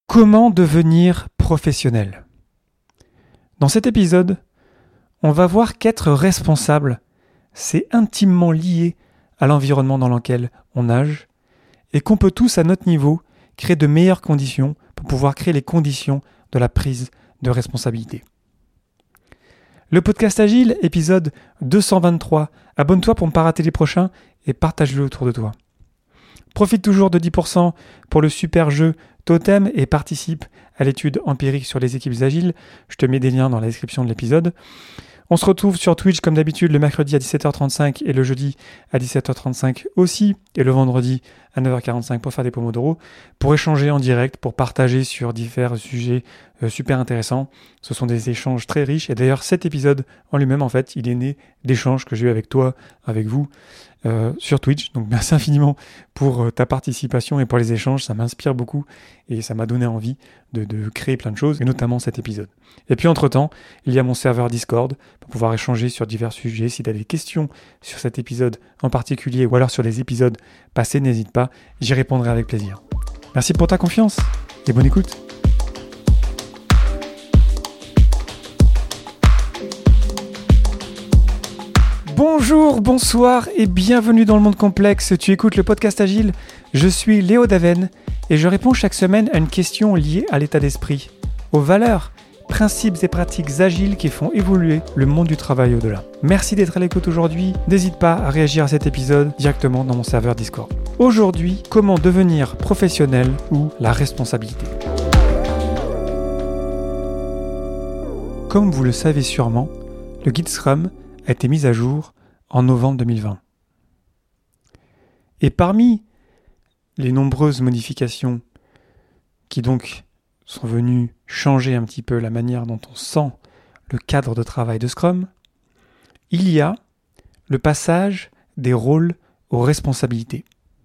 Comment devenir professionnel ? Dans cet épisode, on va voir qu'être responsable, c'est intimement lié à l'environnement dans lequel on nage et qu'on peut tous, à notre niveau, créer de meilleures conditions pour pouvoir créer les conditions de la prise de responsabilité. Le podcast Agile, épisode 223. Abonne-toi pour ne pas rater les prochains et partage-le autour de toi. Profite toujours de 10% pour le super jeu Totem et participe à l'étude empirique sur les équipes agiles. Je te mets des liens dans la description de l'épisode. On se retrouve sur Twitch comme d'habitude le mercredi à 17h35 et le jeudi à 17h35 aussi, et le vendredi à 9h45 pour faire des pomodoro, pour échanger en direct, pour partager sur divers sujets super intéressants. Ce sont des échanges très riches, et d'ailleurs cet épisode en lui-même, en fait, il est né d'échanges que j'ai eu avec toi, avec vous, sur Twitch. Donc merci infiniment pour ta participation et pour les échanges, ça m'inspire beaucoup et ça m'a donné envie de créer plein de choses, et notamment cet épisode. Et puis entre-temps, il y a mon serveur Discord pour pouvoir échanger sur divers sujets. Si tu as des questions sur cet épisode en particulier ou alors sur les épisodes passés, n'hésite pas, j'y répondrai avec plaisir. Merci pour ta confiance et bonne écoute. Bonjour, bonsoir et bienvenue dans le monde complexe. Tu écoutes le podcast Agile. Je suis Léo Daven et je réponds chaque semaine à une question liée à l'état d'esprit, aux valeurs, principes et pratiques agiles qui font évoluer le monde du travail au-delà. Merci d'être à l'écoute aujourd'hui. N'hésite pas à réagir à cet épisode directement dans mon serveur Discord. Aujourd'hui, comment devenir professionnel ou la responsabilité. Comme vous le savez sûrement, le guide Scrum a été mis à jour en novembre 2020. Et parmi les nombreuses modifications qui donc sont venues changer un petit peu la manière dont on sent le cadre de travail de Scrum, il y a le passage des rôles aux responsabilités.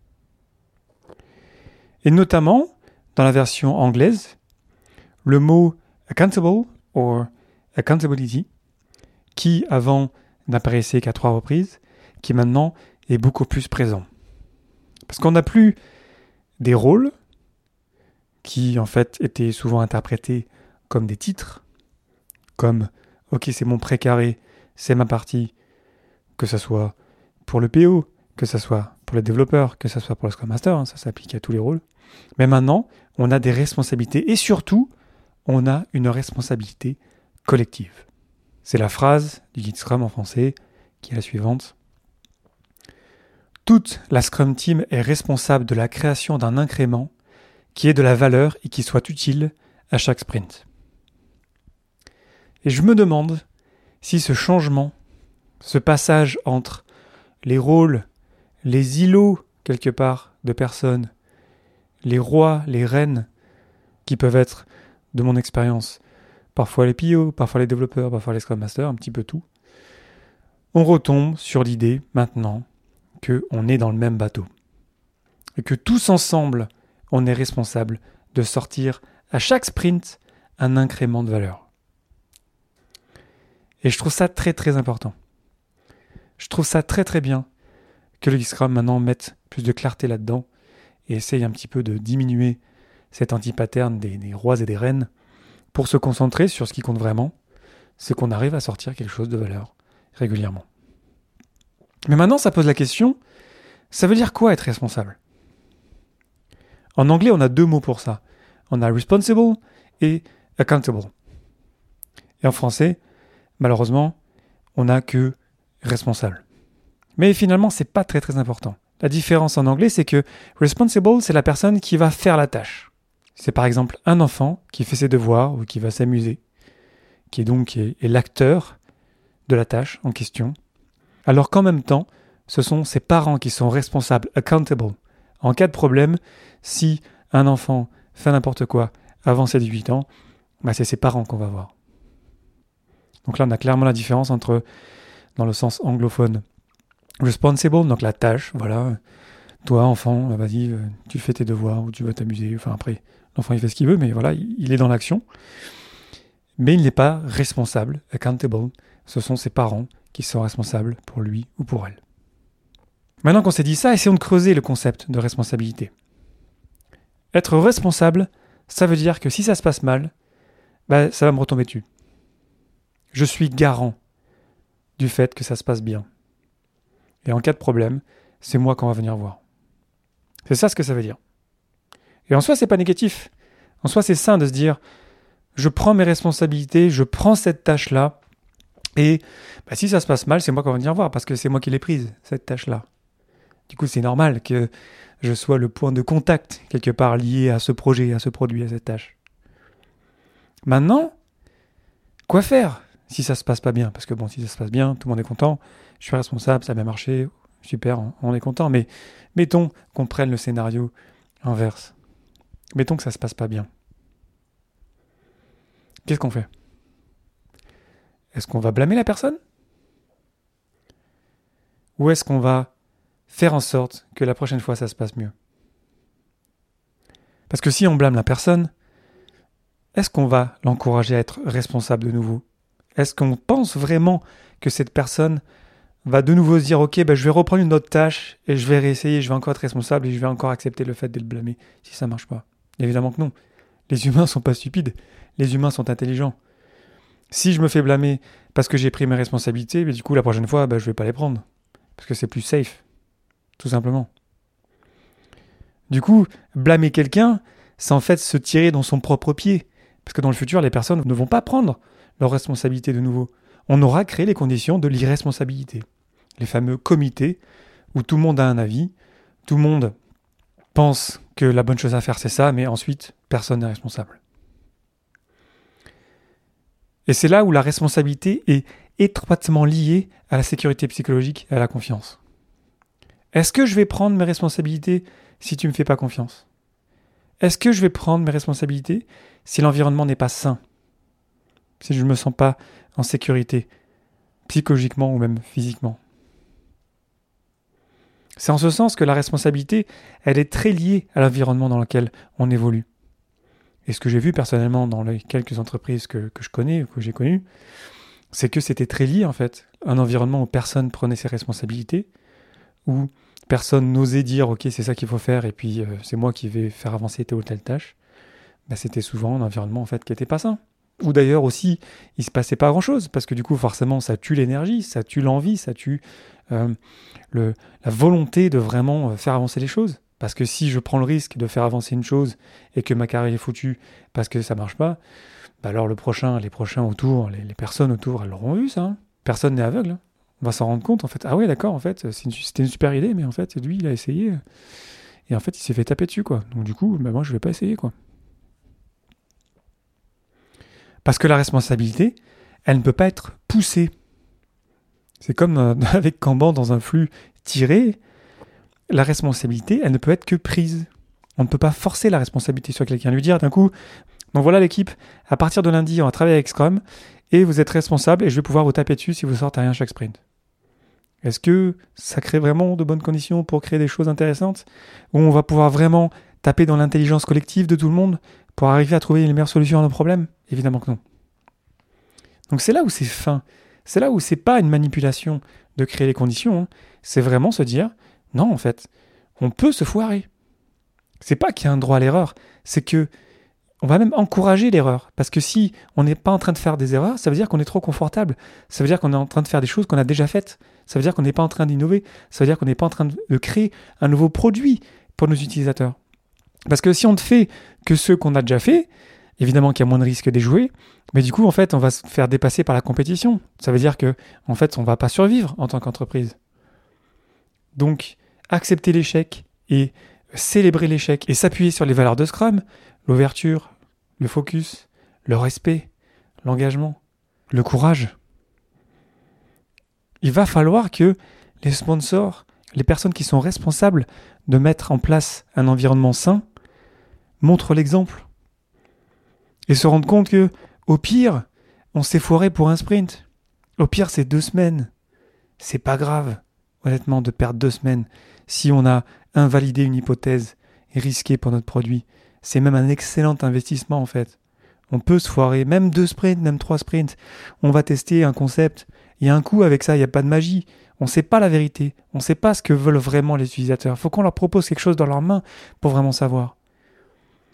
Et notamment, dans la version anglaise, le mot « accountable » ou « accountability » qui avant n'apparaissait qu'à 3 reprises, qui maintenant est beaucoup plus présent. Parce qu'on n'a plus des rôles qui en fait étaient souvent interprétés comme des titres, comme « ok, c'est mon précaré, c'est ma partie », que ce soit pour le PO, que ce soit pour le développeur, que ce soit pour le Scrum Master, ça s'applique à tous les rôles. Mais maintenant, on a des responsabilités et surtout, on a une responsabilité collective. C'est la phrase du guide Scrum en français qui est la suivante. Toute la Scrum Team est responsable de la création d'un incrément qui ait de la valeur et qui soit utile à chaque sprint. Et je me demande si ce changement, ce passage entre les rôles, les îlots quelque part de personnes, les rois, les reines, qui peuvent être, de mon expérience, parfois les PO, parfois les développeurs, parfois les Scrum Masters, un petit peu tout. On retombe sur l'idée, maintenant, qu'on est dans le même bateau. Et que tous ensemble, on est responsable de sortir à chaque sprint un incrément de valeur. Et je trouve ça très très important. Je trouve ça très très bien que le Scrum maintenant mette plus de clarté là-dedans et essaye un petit peu de diminuer cet anti-pattern des rois et des reines pour se concentrer sur ce qui compte vraiment, c'est qu'on arrive à sortir quelque chose de valeur régulièrement. Mais maintenant, ça pose la question, ça veut dire quoi être responsable ? En anglais, on a 2 mots pour ça. On a responsible et accountable. Et en français, malheureusement, on n'a que responsable. Mais finalement, c'est pas très très important. La différence en anglais, c'est que responsible, c'est la personne qui va faire la tâche. C'est par exemple un enfant qui fait ses devoirs ou qui va s'amuser, qui est donc est l'acteur de la tâche en question, alors qu'en même temps, ce sont ses parents qui sont responsables, accountable. En cas de problème, si un enfant fait n'importe quoi avant ses 18 ans, c'est ses parents qu'on va voir. Donc là, on a clairement la différence entre, dans le sens anglophone, responsible, donc la tâche, voilà. Toi, enfant, vas-y, tu fais tes devoirs ou tu vas t'amuser. Enfin, après, l'enfant, il fait ce qu'il veut, mais voilà, il est dans l'action. Mais il n'est pas responsable, accountable. Ce sont ses parents qui sont responsables pour lui ou pour elle. Maintenant qu'on s'est dit ça, essayons de creuser le concept de responsabilité. Être responsable, ça veut dire que si ça se passe mal, ça va me retomber dessus. Je suis garant du fait que ça se passe bien. Et en cas de problème, c'est moi qu'on va venir voir. C'est ça ce que ça veut dire. Et en soi, c'est pas négatif. En soi, c'est sain de se dire, je prends mes responsabilités, je prends cette tâche-là, et si ça se passe mal, c'est moi qu'on va venir voir, parce que c'est moi qui l'ai prise, cette tâche-là. Du coup, c'est normal que je sois le point de contact, quelque part, lié à ce projet, à ce produit, à cette tâche. Maintenant, quoi faire si ça se passe pas bien? Parce que si ça se passe bien, tout le monde est content, je suis responsable, ça a bien marché, super, on est content, mais mettons qu'on prenne le scénario inverse. Mettons que ça se passe pas bien. Qu'est-ce qu'on fait? Est-ce qu'on va blâmer la personne? Ou est-ce qu'on va faire en sorte que la prochaine fois ça se passe mieux? Parce que si on blâme la personne, est-ce qu'on va l'encourager à être responsable de nouveau? Est-ce qu'on pense vraiment que cette personne va de nouveau se dire « Ok, je vais reprendre une autre tâche et je vais réessayer, je vais encore être responsable et je vais encore accepter le fait d'être blâmé si ça marche pas ?» Évidemment que non. Les humains sont pas stupides. Les humains sont intelligents. Si je me fais blâmer parce que j'ai pris mes responsabilités, du coup la prochaine fois, je vais pas les prendre. Parce que c'est plus safe. Tout simplement. Du coup, blâmer quelqu'un, c'est en fait se tirer dans son propre pied. Parce que dans le futur, les personnes ne vont pas prendre leurs responsabilités de nouveau. On aura créé les conditions de l'irresponsabilité. Les fameux comités où tout le monde a un avis, tout le monde pense que la bonne chose à faire c'est ça, mais ensuite, personne n'est responsable. Et c'est là où la responsabilité est étroitement liée à la sécurité psychologique et à la confiance. Est-ce que je vais prendre mes responsabilités si tu ne me fais pas confiance? Est-ce que je vais prendre mes responsabilités si l'environnement n'est pas sain? Si je ne me sens pas en sécurité, psychologiquement ou même physiquement? C'est en ce sens que la responsabilité, elle est très liée à l'environnement dans lequel on évolue. Et ce que j'ai vu personnellement dans les quelques entreprises que je connais, que j'ai connues, c'est que c'était très lié en fait. Un environnement où personne prenait ses responsabilités, où personne n'osait dire « Ok, c'est ça qu'il faut faire et puis c'est moi qui vais faire avancer telle ou telle tâche », c'était souvent un environnement en fait qui n'était pas sain. Ou d'ailleurs aussi, il ne se passait pas grand-chose, parce que du coup forcément ça tue l'énergie, ça tue l'envie, ça tue la volonté de vraiment faire avancer les choses. Parce que si je prends le risque de faire avancer une chose et que ma carrière est foutue parce que ça marche pas, alors les prochains autour, les personnes autour, elles l'auront vu ça. Personne n'est aveugle. Hein. On va s'en rendre compte en fait. Ah oui, d'accord, en fait, c'était une super idée, mais en fait, lui, il a essayé. Et en fait, il s'est fait taper dessus, quoi. Donc du coup, moi, je vais pas essayer, quoi. Parce que la responsabilité, elle ne peut pas être poussée. C'est comme avec Kanban dans un flux tiré. La responsabilité, elle ne peut être que prise. On ne peut pas forcer la responsabilité sur quelqu'un, lui dire d'un coup, donc voilà l'équipe, à partir de lundi, on va travailler avec Scrum, et vous êtes responsable, et je vais pouvoir vous taper dessus si vous sortez rien chaque sprint. Est-ce que ça crée vraiment de bonnes conditions pour créer des choses intéressantes, où on va pouvoir vraiment taper dans l'intelligence collective de tout le monde pour arriver à trouver les meilleures solutions à nos problèmes? Évidemment que non. Donc c'est là où c'est fin. C'est là où c'est pas une manipulation de créer les conditions. Hein. C'est vraiment se dire, non en fait, on peut se foirer. C'est pas qu'il y a un droit à l'erreur, c'est que on va même encourager l'erreur. Parce que si on n'est pas en train de faire des erreurs, ça veut dire qu'on est trop confortable. Ça veut dire qu'on est en train de faire des choses qu'on a déjà faites. Ça veut dire qu'on n'est pas en train d'innover. Ça veut dire qu'on n'est pas en train de créer un nouveau produit pour nos utilisateurs. Parce que si on ne fait que ceux qu'on a déjà fait, évidemment qu'il y a moins de risques d'échouer, mais du coup, en fait, on va se faire dépasser par la compétition. Ça veut dire que, en fait, on ne va pas survivre en tant qu'entreprise. Donc, accepter l'échec et célébrer l'échec et s'appuyer sur les valeurs de Scrum, l'ouverture, le focus, le respect, l'engagement, le courage. Il va falloir que les sponsors, les personnes qui sont responsables de mettre en place un environnement sain, montrent l'exemple. Et se rendre compte que, au pire, on s'est foiré pour un sprint. Au pire, c'est 2 semaines. C'est pas grave, honnêtement, de perdre 2 semaines si on a invalidé une hypothèse et risqué pour notre produit. C'est même un excellent investissement, en fait. On peut se foirer, même 2 sprints, même 3 sprints. On va tester un concept. Il y a un coût avec ça, il n'y a pas de magie. On ne sait pas la vérité. On ne sait pas ce que veulent vraiment les utilisateurs. Il faut qu'on leur propose quelque chose dans leurs mains pour vraiment savoir.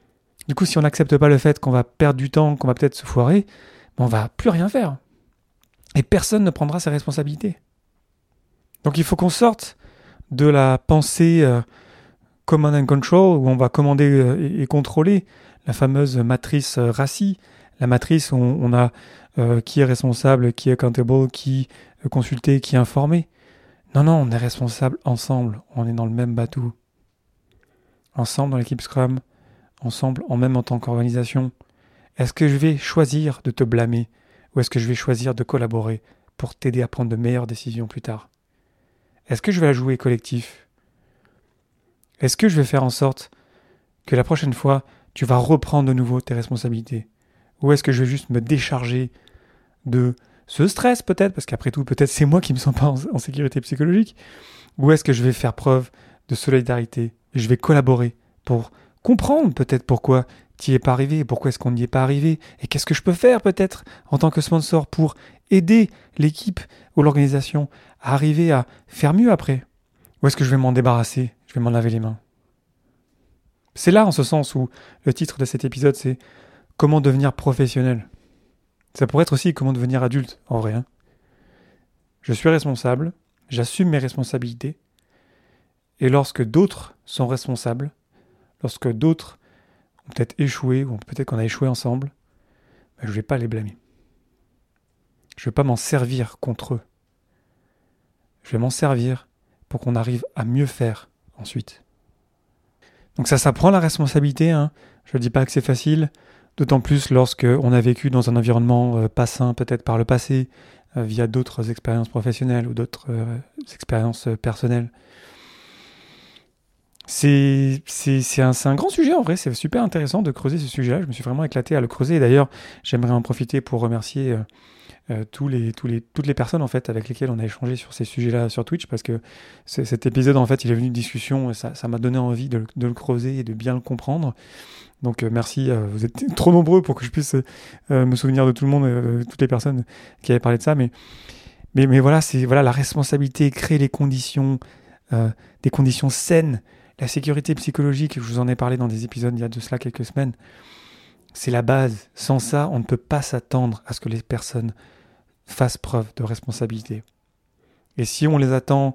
Du coup, si on n'accepte pas le fait qu'on va perdre du temps, qu'on va peut-être se foirer, on va plus rien faire. Et personne ne prendra ses responsabilités. Donc il faut qu'on sorte de la pensée command and control, où on va commander et contrôler, la fameuse matrice RACI, la matrice où on a qui est responsable, qui est accountable, qui est consulté, qui est informé. Non, on est responsable ensemble, on est dans le même bateau. Ensemble dans l'équipe Scrum, ensemble même en tant qu'organisation. Est-ce que je vais choisir de te blâmer ou est-ce que je vais choisir de collaborer pour t'aider à prendre de meilleures décisions plus tard? Est-ce que je vais la jouer collectif? Est-ce que je vais faire en sorte que la prochaine fois, tu vas reprendre de nouveau tes responsabilités? Ou est-ce que je vais juste me décharger de ce stress peut-être, parce qu'après tout, peut-être c'est moi qui me sens pas en sécurité psychologique? Ou est-ce que je vais faire preuve de solidarité et je vais collaborer pour comprendre peut-être pourquoi tu n'y es pas arrivé, pourquoi est-ce qu'on n'y est pas arrivé, et qu'est-ce que je peux faire peut-être en tant que sponsor pour aider l'équipe ou l'organisation à arriver à faire mieux après? Ou est-ce que je vais m'en débarrasser, je vais m'en laver les mains? C'est là en ce sens où le titre de cet épisode c'est « Comment devenir professionnel ?» Ça pourrait être aussi « Comment devenir adulte » en vrai. Je suis responsable, j'assume mes responsabilités, et lorsque d'autres sont responsables, lorsque d'autres ont peut-être échoué, ou peut-être qu'on a échoué ensemble, je ne vais pas les blâmer. Je ne vais pas m'en servir contre eux. Je vais m'en servir pour qu'on arrive à mieux faire ensuite. Donc ça prend la responsabilité. Je ne dis pas que c'est facile, d'autant plus lorsqu'on a vécu dans un environnement pas sain peut-être par le passé, via d'autres expériences professionnelles ou d'autres expériences personnelles. C'est un grand sujet en vrai, c'est super intéressant de creuser ce sujet-là, je me suis vraiment éclaté à le creuser, et d'ailleurs j'aimerais en profiter pour remercier toutes les personnes en fait avec lesquelles on a échangé sur ces sujets-là sur Twitch, parce que cet épisode en fait il est venu de discussion et ça m'a donné envie de le creuser et de bien le comprendre. Donc merci, vous êtes trop nombreux pour que je puisse me souvenir de tout le monde, toutes les personnes qui avaient parlé de ça, mais voilà, c'est la responsabilité, créer les conditions, des conditions saines. La sécurité psychologique, je vous en ai parlé dans des épisodes il y a de cela quelques semaines, c'est la base. Sans ça, on ne peut pas s'attendre à ce que les personnes fassent preuve de responsabilité. Et si on les attend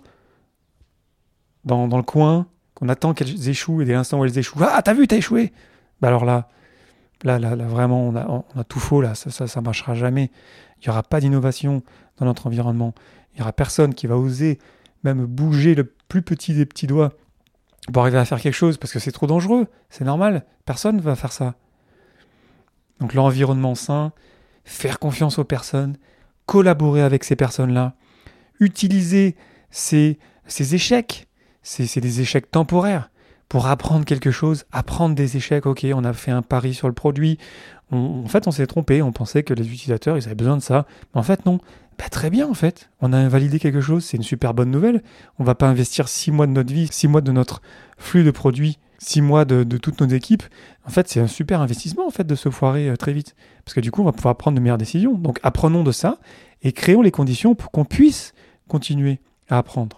dans le coin, qu'on attend qu'elles échouent, et dès l'instant où elles échouent, « Ah, t'as vu, t'as échoué !» Alors là, vraiment, on a tout faux, là, ça marchera jamais. Il n'y aura pas d'innovation dans notre environnement. Il n'y aura personne qui va oser même bouger le plus petit des petits doigts pour arriver à faire quelque chose, parce que c'est trop dangereux, c'est normal, personne ne va faire ça. Donc l'environnement sain, faire confiance aux personnes, collaborer avec ces personnes-là, utiliser ces échecs, c'est des échecs temporaires, pour apprendre quelque chose, apprendre des échecs. Ok, on a fait un pari sur le produit, en fait on s'est trompé, on pensait que les utilisateurs ils avaient besoin de ça, mais en fait non. Très bien en fait, on a invalidé quelque chose, c'est une super bonne nouvelle. On va pas investir 6 mois de notre vie, 6 mois de notre flux de produits, 6 mois de toutes nos équipes. En fait c'est un super investissement en fait de se foirer très vite, parce que du coup on va pouvoir prendre de meilleures décisions. Donc apprenons de ça et créons les conditions pour qu'on puisse continuer à apprendre.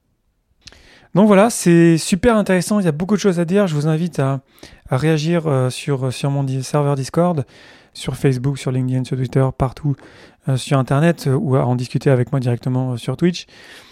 Donc voilà, c'est super intéressant, il y a beaucoup de choses à dire. Je vous invite à réagir sur mon serveur Discord, sur Facebook, sur LinkedIn, sur Twitter, partout sur Internet, ou à en discuter avec moi directement sur Twitch.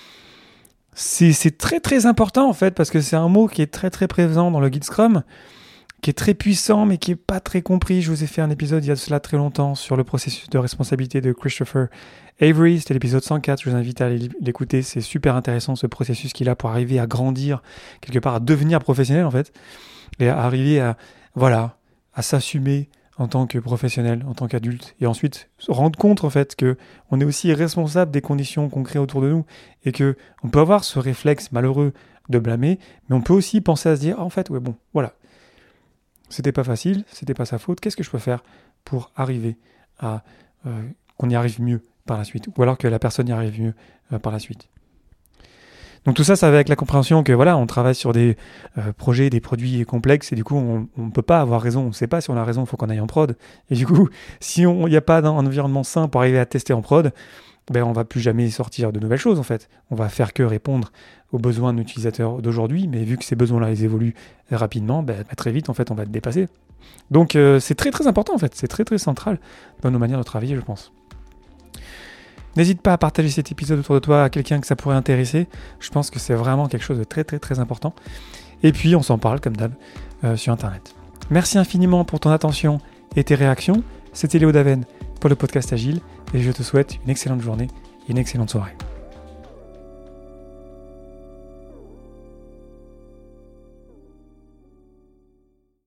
C'est très très important en fait, parce que c'est un mot qui est très très présent dans le guide Scrum, qui est très puissant mais qui n'est pas très compris. Je vous ai fait un épisode il y a de cela très longtemps sur le processus de responsabilité de Christopher Avery, c'était l'épisode 104, je vous invite à aller l'écouter, c'est super intéressant ce processus qu'il a pour arriver à grandir, quelque part à devenir professionnel en fait, et à arriver à s'assumer en tant que professionnel, en tant qu'adulte, et ensuite se rendre compte en fait que on est aussi responsable des conditions qu'on crée autour de nous, et que on peut avoir ce réflexe malheureux de blâmer, mais on peut aussi penser à se dire en fait ouais bon voilà, c'était pas facile, c'était pas sa faute, qu'est-ce que je peux faire pour arriver à qu'on y arrive mieux par la suite, ou alors que la personne y arrive mieux par la suite. Donc tout ça, ça va avec la compréhension que voilà, on travaille sur des projets, des produits complexes, et du coup, on ne peut pas avoir raison, on ne sait pas si on a raison, il faut qu'on aille en prod. Et du coup, si il n'y a pas un environnement sain pour arriver à tester en prod, on va plus jamais sortir de nouvelles choses en fait. On va faire que répondre aux besoins de l'utilisateur d'aujourd'hui, mais vu que ces besoins-là ils évoluent rapidement, très vite en fait on va être dépassé. Donc c'est très très important en fait, c'est très très central dans nos manières de travailler, je pense. N'hésite pas à partager cet épisode autour de toi à quelqu'un que ça pourrait intéresser. Je pense que c'est vraiment quelque chose de très très très important. Et puis on s'en parle comme d'hab sur Internet. Merci infiniment pour ton attention et tes réactions. C'était Léo Daven pour le podcast Agile et je te souhaite une excellente journée et une excellente soirée.